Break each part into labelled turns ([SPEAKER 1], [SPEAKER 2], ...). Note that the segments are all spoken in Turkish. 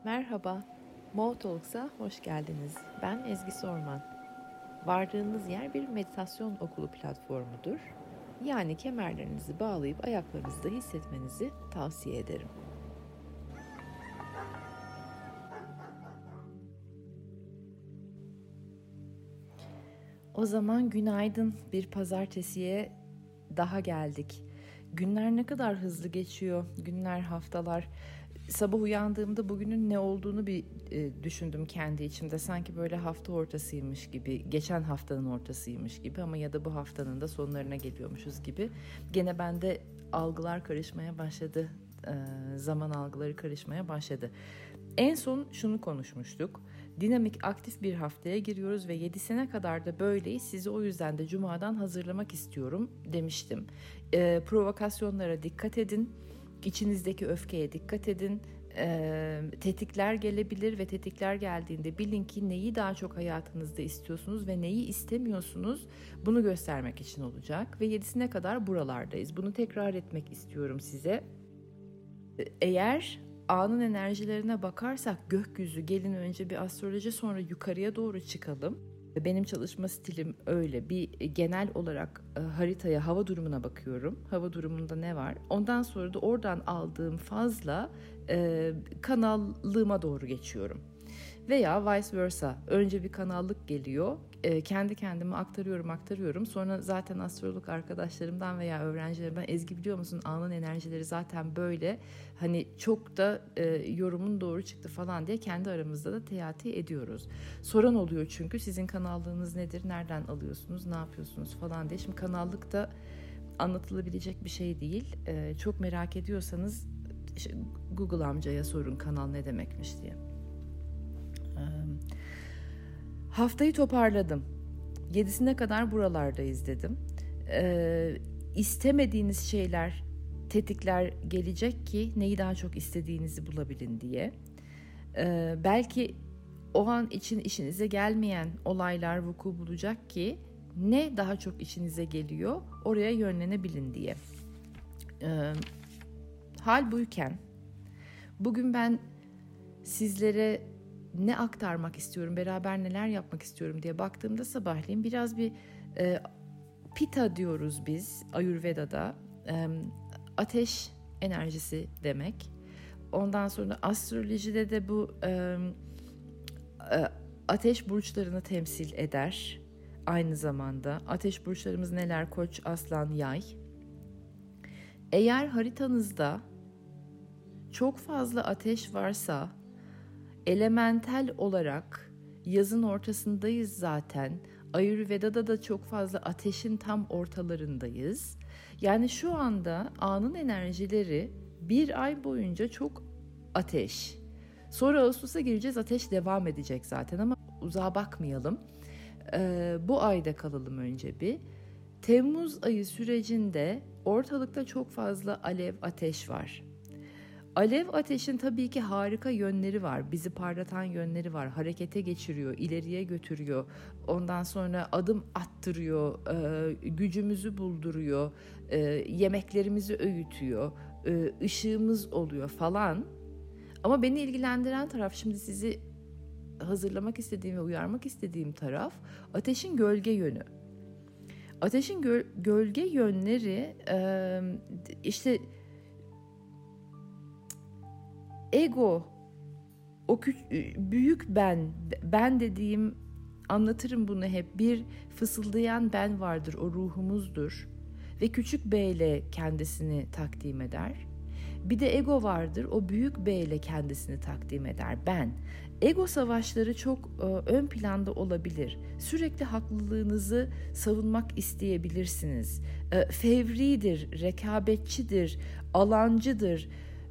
[SPEAKER 1] Merhaba, Mo Talks'a hoş geldiniz. Ben Ezgi Sorman. Vardığınız yer bir meditasyon okulu platformudur. Yani kemerlerinizi bağlayıp ayaklarınızda hissetmenizi tavsiye ederim. O zaman günaydın, bir pazartesiye daha geldik. Günler ne kadar hızlı geçiyor, günler, haftalar. Sabah uyandığımda bugünün ne olduğunu bir düşündüm kendi içimde. Sanki böyle hafta ortasıymış gibi, geçen haftanın ortasıymış gibi ama ya da bu haftanın da sonlarına geliyormuşuz gibi. Gene bende algılar karışmaya başladı, zaman algıları karışmaya başladı. En son şunu konuşmuştuk. Dinamik, aktif bir haftaya giriyoruz ve 7'sine kadar da böyleyiz. Sizi o yüzden de Cuma'dan hazırlamak istiyorum demiştim. Provokasyonlara dikkat edin. İçinizdeki öfkeye dikkat edin. Tetikler gelebilir ve tetikler geldiğinde bilin ki neyi daha çok hayatınızda istiyorsunuz ve neyi istemiyorsunuz, bunu göstermek için olacak. Ve 7'sine kadar buralardayız. Bunu tekrar etmek istiyorum size. Eğer anın enerjilerine bakarsak gökyüzü, gelin önce bir astroloji, sonra yukarıya doğru çıkalım. Benim çalışma stilim öyle. Bir genel olarak haritaya, hava durumuna bakıyorum. Hava durumunda ne var? Ondan sonra da oradan aldığım fazla kanallığıma doğru geçiyorum. Veya vice versa. Önce bir kanallık geliyor. Kendi kendime aktarıyorum. Sonra zaten astrolog arkadaşlarımdan veya öğrencilerimden, Ezgi biliyor musun anın enerjileri zaten böyle. Hani çok da yorumun doğru çıktı falan diye kendi aramızda da teati ediyoruz. Soran oluyor çünkü sizin kanallığınız nedir, nereden alıyorsunuz, ne yapıyorsunuz falan diye. Şimdi kanallık da anlatılabilecek bir şey değil. Çok merak ediyorsanız Google amcaya sorun kanal ne demekmiş diye. Haftayı toparladım. 7'sine kadar buralardayız dedim. İstemediğiniz şeyler, tetikler gelecek ki neyi daha çok istediğinizi bulabilin diye. Belki o an için işinize gelmeyen olaylar vuku bulacak ki ne daha çok işinize geliyor oraya yönlenebilin diye. Hal buyken bugün ben sizlere ne aktarmak istiyorum, beraber neler yapmak istiyorum diye baktığımda sabahleyin biraz bir Pitta diyoruz biz Ayurveda'da. Ateş enerjisi demek. Ondan sonra astrolojide de bu ateş burçlarını temsil eder. Aynı zamanda ateş burçlarımız neler? Koç, Aslan, Yay. Eğer haritanızda çok fazla ateş varsa, elementel olarak yazın ortasındayız zaten. Ayurveda'da da çok fazla ateşin tam ortalarındayız. Yani şu anda anın enerjileri bir ay boyunca çok ateş. Sonra Ağustos'a gireceğiz, ateş devam edecek zaten ama uzağa bakmayalım. Bu ayda kalalım önce bir. Temmuz ayı sürecinde ortalıkta çok fazla alev, ateş var. Alev ateşin tabii ki harika yönleri var. Bizi parlatan yönleri var. Harekete geçiriyor, ileriye götürüyor. Ondan sonra adım attırıyor, gücümüzü bulduruyor, yemeklerimizi öğütüyor, ışığımız oluyor falan. Ama beni ilgilendiren taraf, şimdi sizi hazırlamak istediğim ve uyarmak istediğim taraf ateşin gölge yönü. Ateşin gölge yönleri işte ego, o büyük ben dediğim, anlatırım bunu hep, bir fısıldayan ben vardır, o ruhumuzdur ve küçük B ile kendisini takdim eder. Bir de ego vardır, o büyük B ile kendisini takdim eder, ben. Ego savaşları çok ön planda olabilir. Sürekli haklılığınızı savunmak isteyebilirsiniz. Fevridir, rekabetçidir, alancıdır,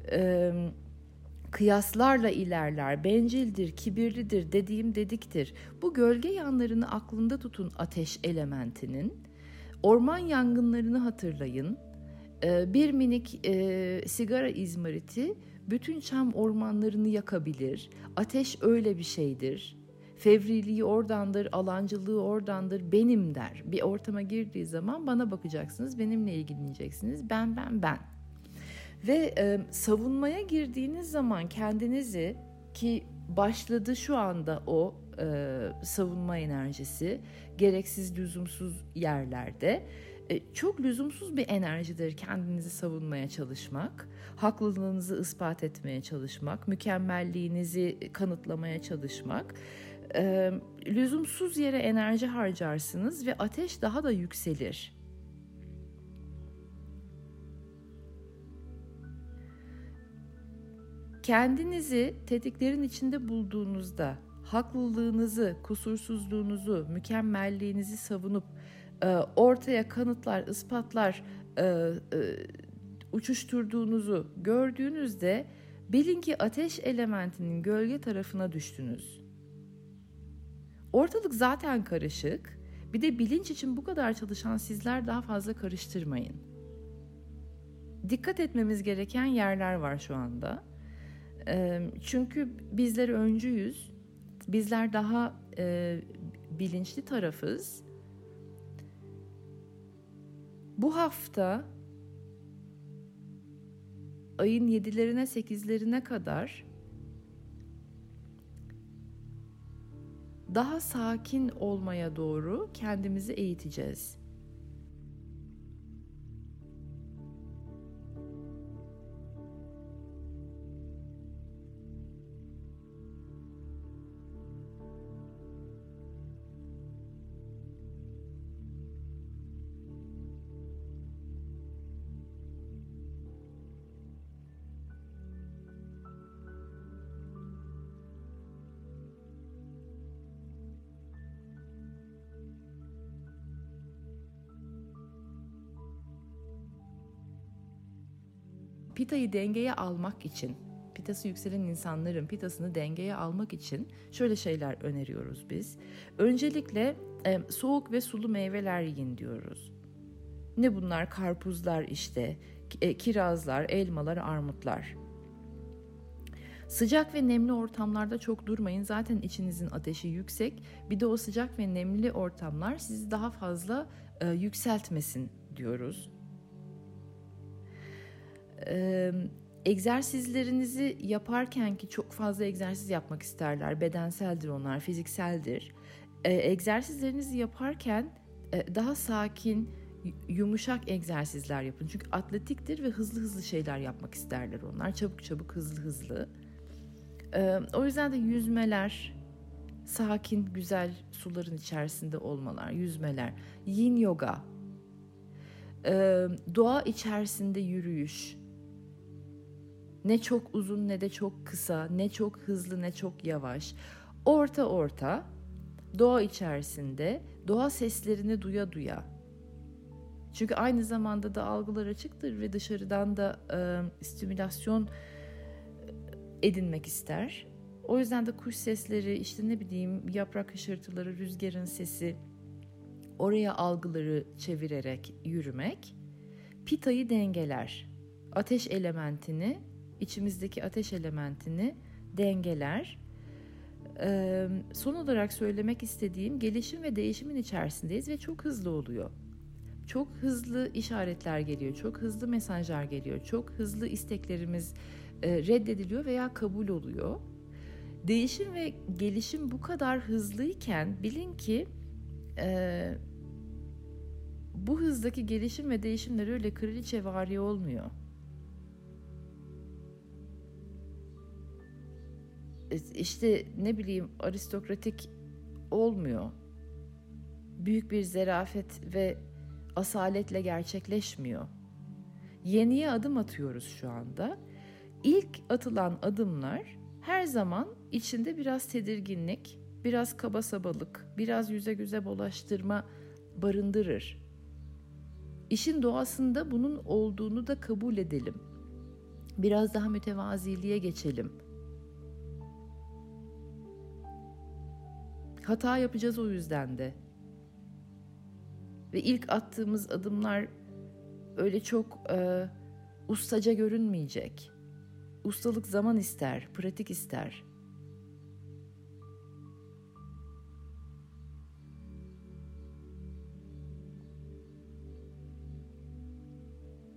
[SPEAKER 1] kıyaslarla ilerler, bencildir, kibirlidir, dediğim dediktir. Bu gölge yanlarını aklında tutun ateş elementinin. Orman yangınlarını hatırlayın. Bir minik sigara izmariti bütün çam ormanlarını yakabilir. Ateş öyle bir şeydir. Fevriliği oradandır, alancılığı oradandır, benim der. Bir ortama girdiği zaman bana bakacaksınız, benimle ilgileneceksiniz. Ben. Ve savunmaya girdiğiniz zaman kendinizi ki başladı şu anda o savunma enerjisi gereksiz lüzumsuz yerlerde. Çok lüzumsuz bir enerjidir kendinizi savunmaya çalışmak, haklılığınızı ispat etmeye çalışmak, mükemmelliğinizi kanıtlamaya çalışmak. Lüzumsuz yere enerji harcarsınız ve ateş daha da yükselir. Kendinizi tetiklerin içinde bulduğunuzda haklılığınızı, kusursuzluğunuzu, mükemmelliğinizi savunup ortaya kanıtlar, ispatlar uçuşturduğunuzu gördüğünüzde bilin ki ateş elementinin gölge tarafına düştünüz. Ortalık zaten karışık. Bir de bilinç için bu kadar çalışan sizler daha fazla karıştırmayın. Dikkat etmemiz gereken yerler var şu anda. Çünkü bizler öncüyüz. Bizler daha bilinçli tarafız. Bu hafta ayın 7'lerine 8'lerine kadar daha sakin olmaya doğru kendimizi eğiteceğiz. Pitayı dengeye almak için, pitası yükselen insanların pitasını dengeye almak için şöyle şeyler öneriyoruz biz. Öncelikle soğuk ve sulu meyveler yiyin diyoruz. Ne bunlar? Karpuzlar işte, kirazlar, elmalar, armutlar. Sıcak ve nemli ortamlarda çok durmayın. Zaten içinizin ateşi yüksek. Bir de o sıcak ve nemli ortamlar sizi daha fazla yükseltmesin diyoruz. Egzersizlerinizi yaparken ki çok fazla egzersiz yapmak isterler. Bedenseldir onlar, fizikseldir. Egzersizlerinizi yaparken daha sakin, yumuşak egzersizler yapın. Çünkü atletiktir ve hızlı hızlı şeyler yapmak isterler onlar. Çabuk çabuk, hızlı hızlı. O yüzden de yüzmeler, sakin, güzel suların içerisinde olmalar, yüzmeler, yin yoga, doğa içerisinde yürüyüş. Ne çok uzun ne de çok kısa, ne çok hızlı ne çok yavaş. Orta, doğa içerisinde, doğa seslerini duya duya. Çünkü aynı zamanda da algılar açıktır ve dışarıdan da stimülasyon edinmek ister. O yüzden de kuş sesleri, işte ne bileyim yaprak hışırtıları, rüzgarın sesi, oraya algıları çevirerek yürümek pitayı dengeler. Ateş elementini, içimizdeki ateş elementini dengeler. Son olarak söylemek istediğim, gelişim ve değişimin içerisindeyiz ve çok hızlı oluyor. Çok hızlı işaretler geliyor, çok hızlı mesajlar geliyor, çok hızlı isteklerimiz reddediliyor veya kabul oluyor. Değişim ve gelişim bu kadar hızlıyken bilin ki bu hızdaki gelişim ve değişimler öyle kraliçevari olmuyor. İşte ne bileyim aristokratik olmuyor. Büyük bir zarafet ve asaletle gerçekleşmiyor. Yeniye adım atıyoruz şu anda. İlk atılan adımlar her zaman içinde biraz tedirginlik, biraz kabasabalık, biraz yüze göze bulaştırma barındırır. İşin doğasında bunun olduğunu da kabul edelim. Biraz daha mütevaziliğe geçelim. Hata yapacağız o yüzden de. Ve ilk attığımız adımlar öyle çok ustaca görünmeyecek. Ustalık zaman ister, pratik ister.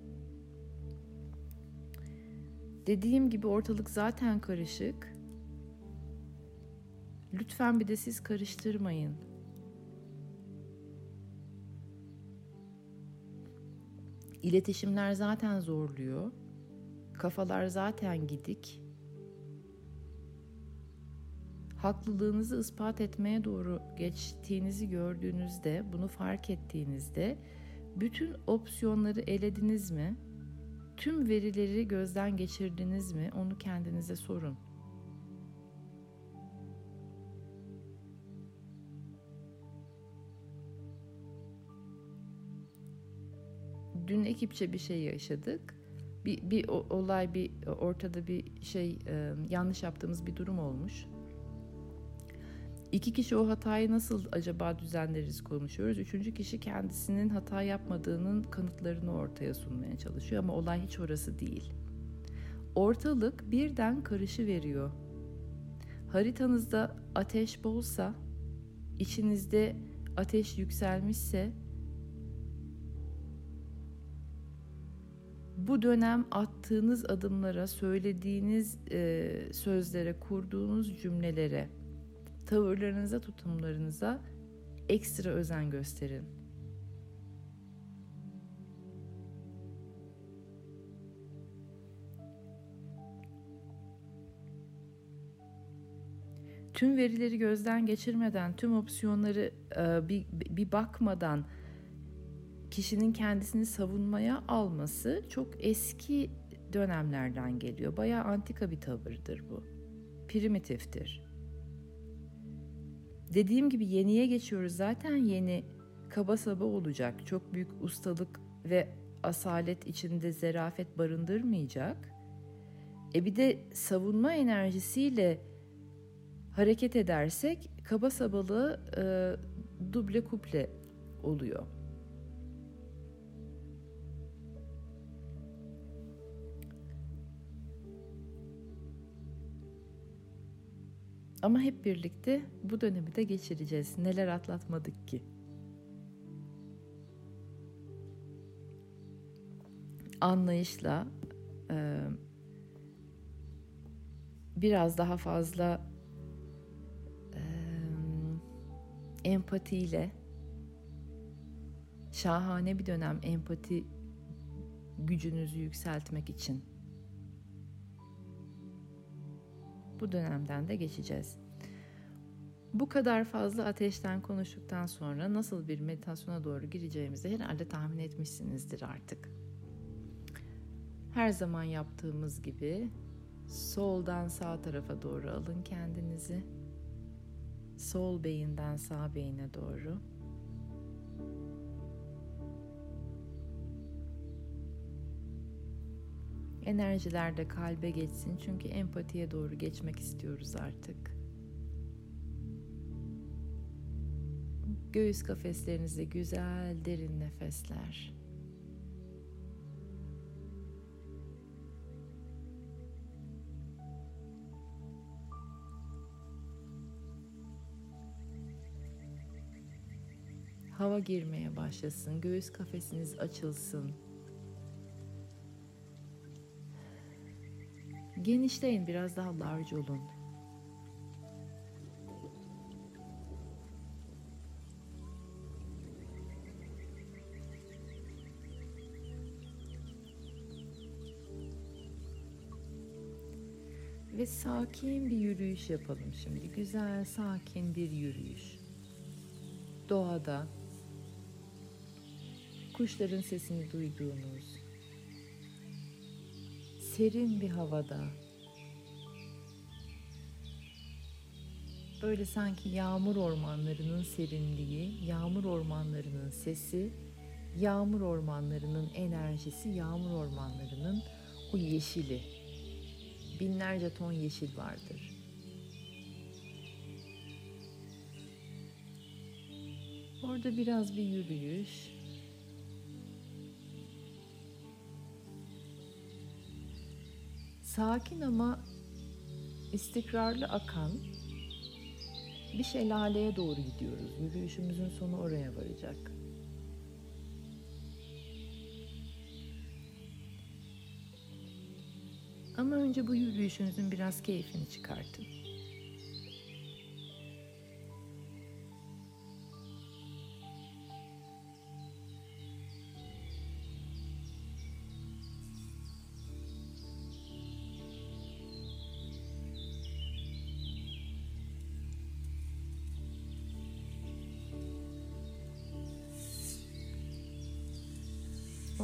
[SPEAKER 1] Dediğim gibi ortalık zaten karışık. Lütfen bir de siz karıştırmayın. İletişimler zaten zorluyor. Kafalar zaten gidik. Haklılığınızı ispat etmeye doğru geçtiğinizi gördüğünüzde, bunu fark ettiğinizde bütün opsiyonları elediniz mi? Tüm verileri gözden geçirdiniz mi? Onu kendinize sorun. Dün ekipçe bir şey yaşadık. Bir olay, ortada bir şey, yanlış yaptığımız bir durum olmuş. 2 kişi o hatayı nasıl acaba düzenleriz konuşuyoruz. 3. kişi kendisinin hata yapmadığının kanıtlarını ortaya sunmaya çalışıyor ama olay hiç orası değil. Ortalık birden karışıveriyor. Haritanızda ateş bolsa, içinizde ateş yükselmişse, bu dönem attığınız adımlara, söylediğiniz sözlere, kurduğunuz cümlelere, tavırlarınıza, tutumlarınıza ekstra özen gösterin. Tüm verileri gözden geçirmeden, tüm opsiyonları bir bakmadan kişinin kendisini savunmaya alması çok eski dönemlerden geliyor. Bayağı antika bir tavırdır bu. Primitiftir. Dediğim gibi yeniye geçiyoruz. Zaten yeni kaba saba olacak. Çok büyük ustalık ve asalet içinde zarafet barındırmayacak. Bir de savunma enerjisiyle hareket edersek kaba sabalığı duble kuple oluyor. Ama hep birlikte bu dönemi de geçireceğiz. Neler atlatmadık ki? Anlayışla, biraz daha fazla empatiyle, şahane bir dönem empati gücünüzü yükseltmek için bu dönemden de geçeceğiz. Bu kadar fazla ateşten konuştuktan sonra nasıl bir meditasyona doğru gireceğimizi herhalde tahmin etmişsinizdir artık. Her zaman yaptığımız gibi soldan sağ tarafa doğru alın kendinizi. Sol beyinden sağ beyine doğru. Enerjiler de kalbe geçsin çünkü empatiye doğru geçmek istiyoruz artık. Göğüs kafeslerinizde güzel derin nefesler. Hava girmeye başlasın, göğüs kafesiniz açılsın. Genişleyin, biraz daha large olun. Ve sakin bir yürüyüş yapalım şimdi. Güzel, sakin bir yürüyüş. Doğada, kuşların sesini duyduğunuz, serin bir havada, böyle sanki yağmur ormanlarının serinliği, yağmur ormanlarının sesi, yağmur ormanlarının enerjisi, yağmur ormanlarının o yeşili. Binlerce ton yeşil vardır. Orada biraz bir yürüyüş. Sakin ama istikrarlı akan bir şelaleye doğru gidiyoruz. Yürüyüşümüzün sonu oraya varacak. Ama önce bu yürüyüşünüzün biraz keyfini çıkartın.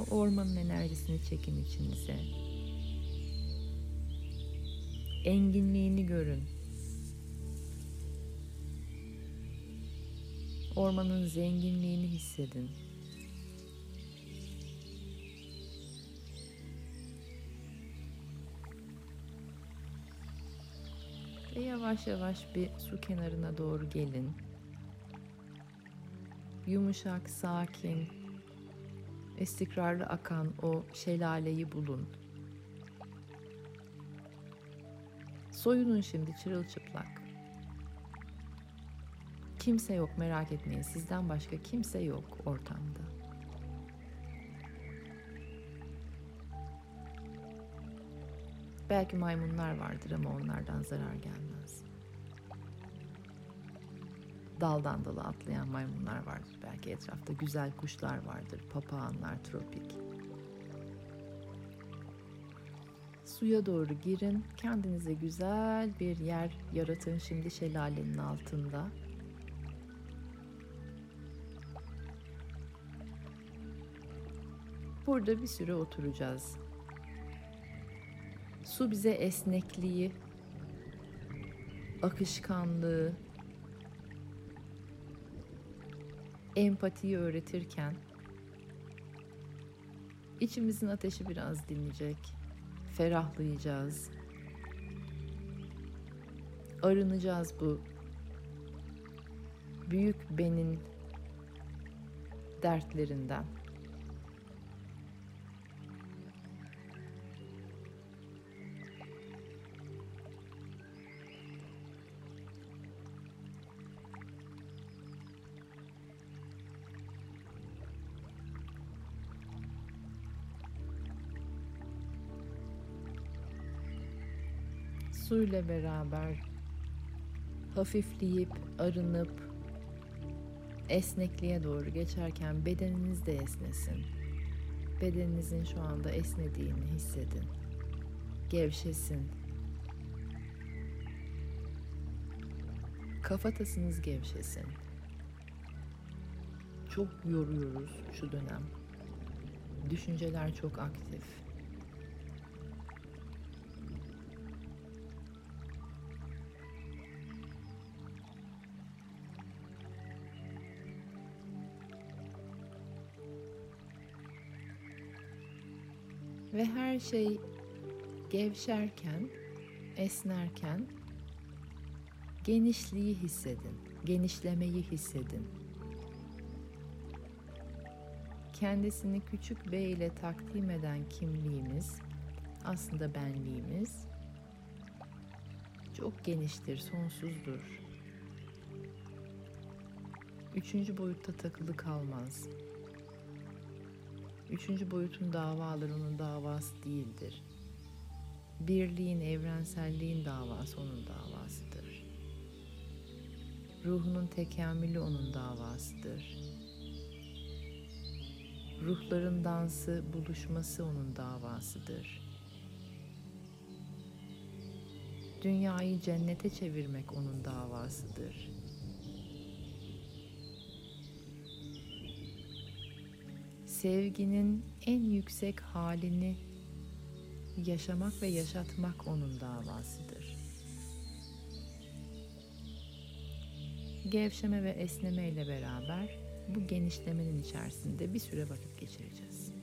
[SPEAKER 1] O ormanın enerjisini çekin içinize. Enginliğini görün. Ormanın zenginliğini hissedin. Ve yavaş yavaş bir su kenarına doğru gelin. Yumuşak, sakin, istikrarlı akan o şelaleyi bulun. Soyunun şimdi çırılçıplak. Kimse yok, merak etmeyin. Sizden başka kimse yok ortamda. Belki maymunlar vardır ama onlardan zarar gelmez. Daldan dala atlayan maymunlar vardır. Belki etrafta güzel kuşlar vardır. Papağanlar, tropik. Suya doğru girin. Kendinize güzel bir yer yaratın şimdi şelalenin altında. Burada bir süre oturacağız. Su bize esnekliği, akışkanlığı, empatiyi öğretirken içimizin ateşi biraz dinecek, ferahlayacağız, arınacağız bu büyük benin dertlerinden. Suyla beraber hafifleyip, arınıp, esnekliğe doğru geçerken bedeniniz de esnesin. Bedeninizin şu anda esnediğini hissedin. Gevşesin. Kafatasınız gevşesin. Çok yoruyoruz şu dönem. Düşünceler çok aktif. Ve her şey gevşerken, esnerken genişliği hissedin, genişlemeyi hissedin. Kendisini küçük B ile takdim eden kimliğimiz, aslında benliğimiz çok geniştir, sonsuzdur. Üçüncü boyutta takılı kalmaz. Üçüncü boyutun davaları onun davası değildir. Birliğin, evrenselliğin davası onun davasıdır. Ruhunun tekamülü onun davasıdır. Ruhların dansı, buluşması onun davasıdır. Dünyayı cennete çevirmek onun davasıdır. Sevginin en yüksek halini yaşamak ve yaşatmak onun davasıdır. Gevşeme ve esneme ile beraber bu genişlemenin içerisinde bir süre vakit geçireceğiz.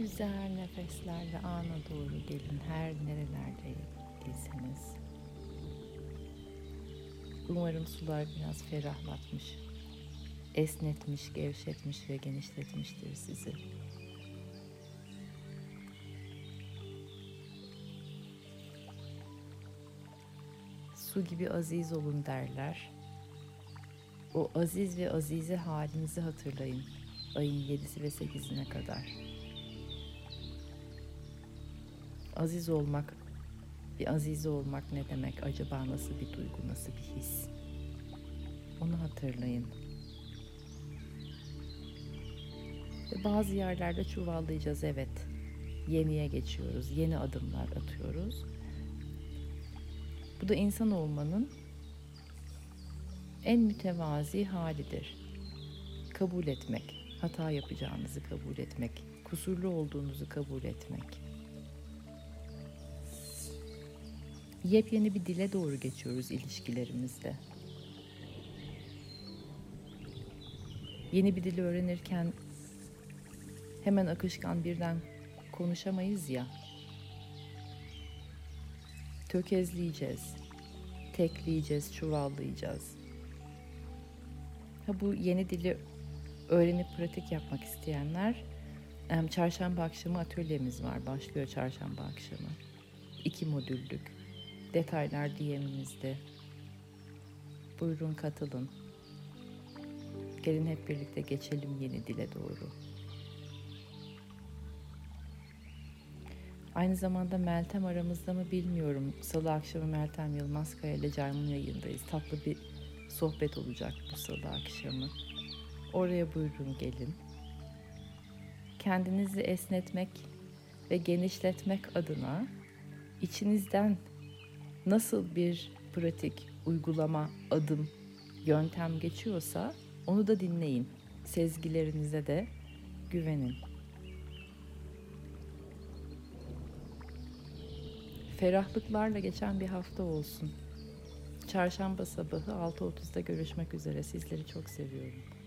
[SPEAKER 1] güzel nefeslerle ana doğru gelin, her nerelerdeyseniz. Umarım sular biraz ferahlatmış, esnetmiş, gevşetmiş ve genişletmiştir sizi. Su gibi aziz olun derler. O aziz ve azize halinizi hatırlayın ayın 7'si ve 8'ine kadar. Aziz olmak, bir azize olmak ne demek? Acaba nasıl bir duygu, nasıl bir his? Onu hatırlayın. Ve bazı yerlerde çuvallayacağız, evet. Yeniye geçiyoruz, yeni adımlar atıyoruz. Bu da insan olmanın en mütevazi halidir. Kabul etmek, hata yapacağınızı kabul etmek, kusurlu olduğunuzu kabul etmek. Yepyeni bir dile doğru geçiyoruz ilişkilerimizde. Yeni bir dil öğrenirken hemen akışkan birden konuşamayız ya. Tökezleyeceğiz, tekleyeceğiz, çuvallayacağız. Bu yeni dili öğrenip pratik yapmak isteyenler, çarşamba akşamı atölyemiz var. Başlıyor çarşamba akşamı. 2 modüllük. Detaylar DM'imizde. Buyurun katılın. Gelin hep birlikte geçelim yeni dile doğru. Aynı zamanda Meltem aramızda mı bilmiyorum. Salı akşamı Meltem Yılmazkaya ile Caymun yayındayız. Tatlı bir sohbet olacak bu salı akşamı. Oraya buyurun gelin. Kendinizi esnetmek ve genişletmek adına içinizden nasıl bir pratik, uygulama, adım, yöntem geçiyorsa onu da dinleyin. Sezgilerinize de güvenin. Ferahlıklarla geçen bir hafta olsun. Çarşamba sabahı 6.30'da görüşmek üzere. Sizleri çok seviyorum.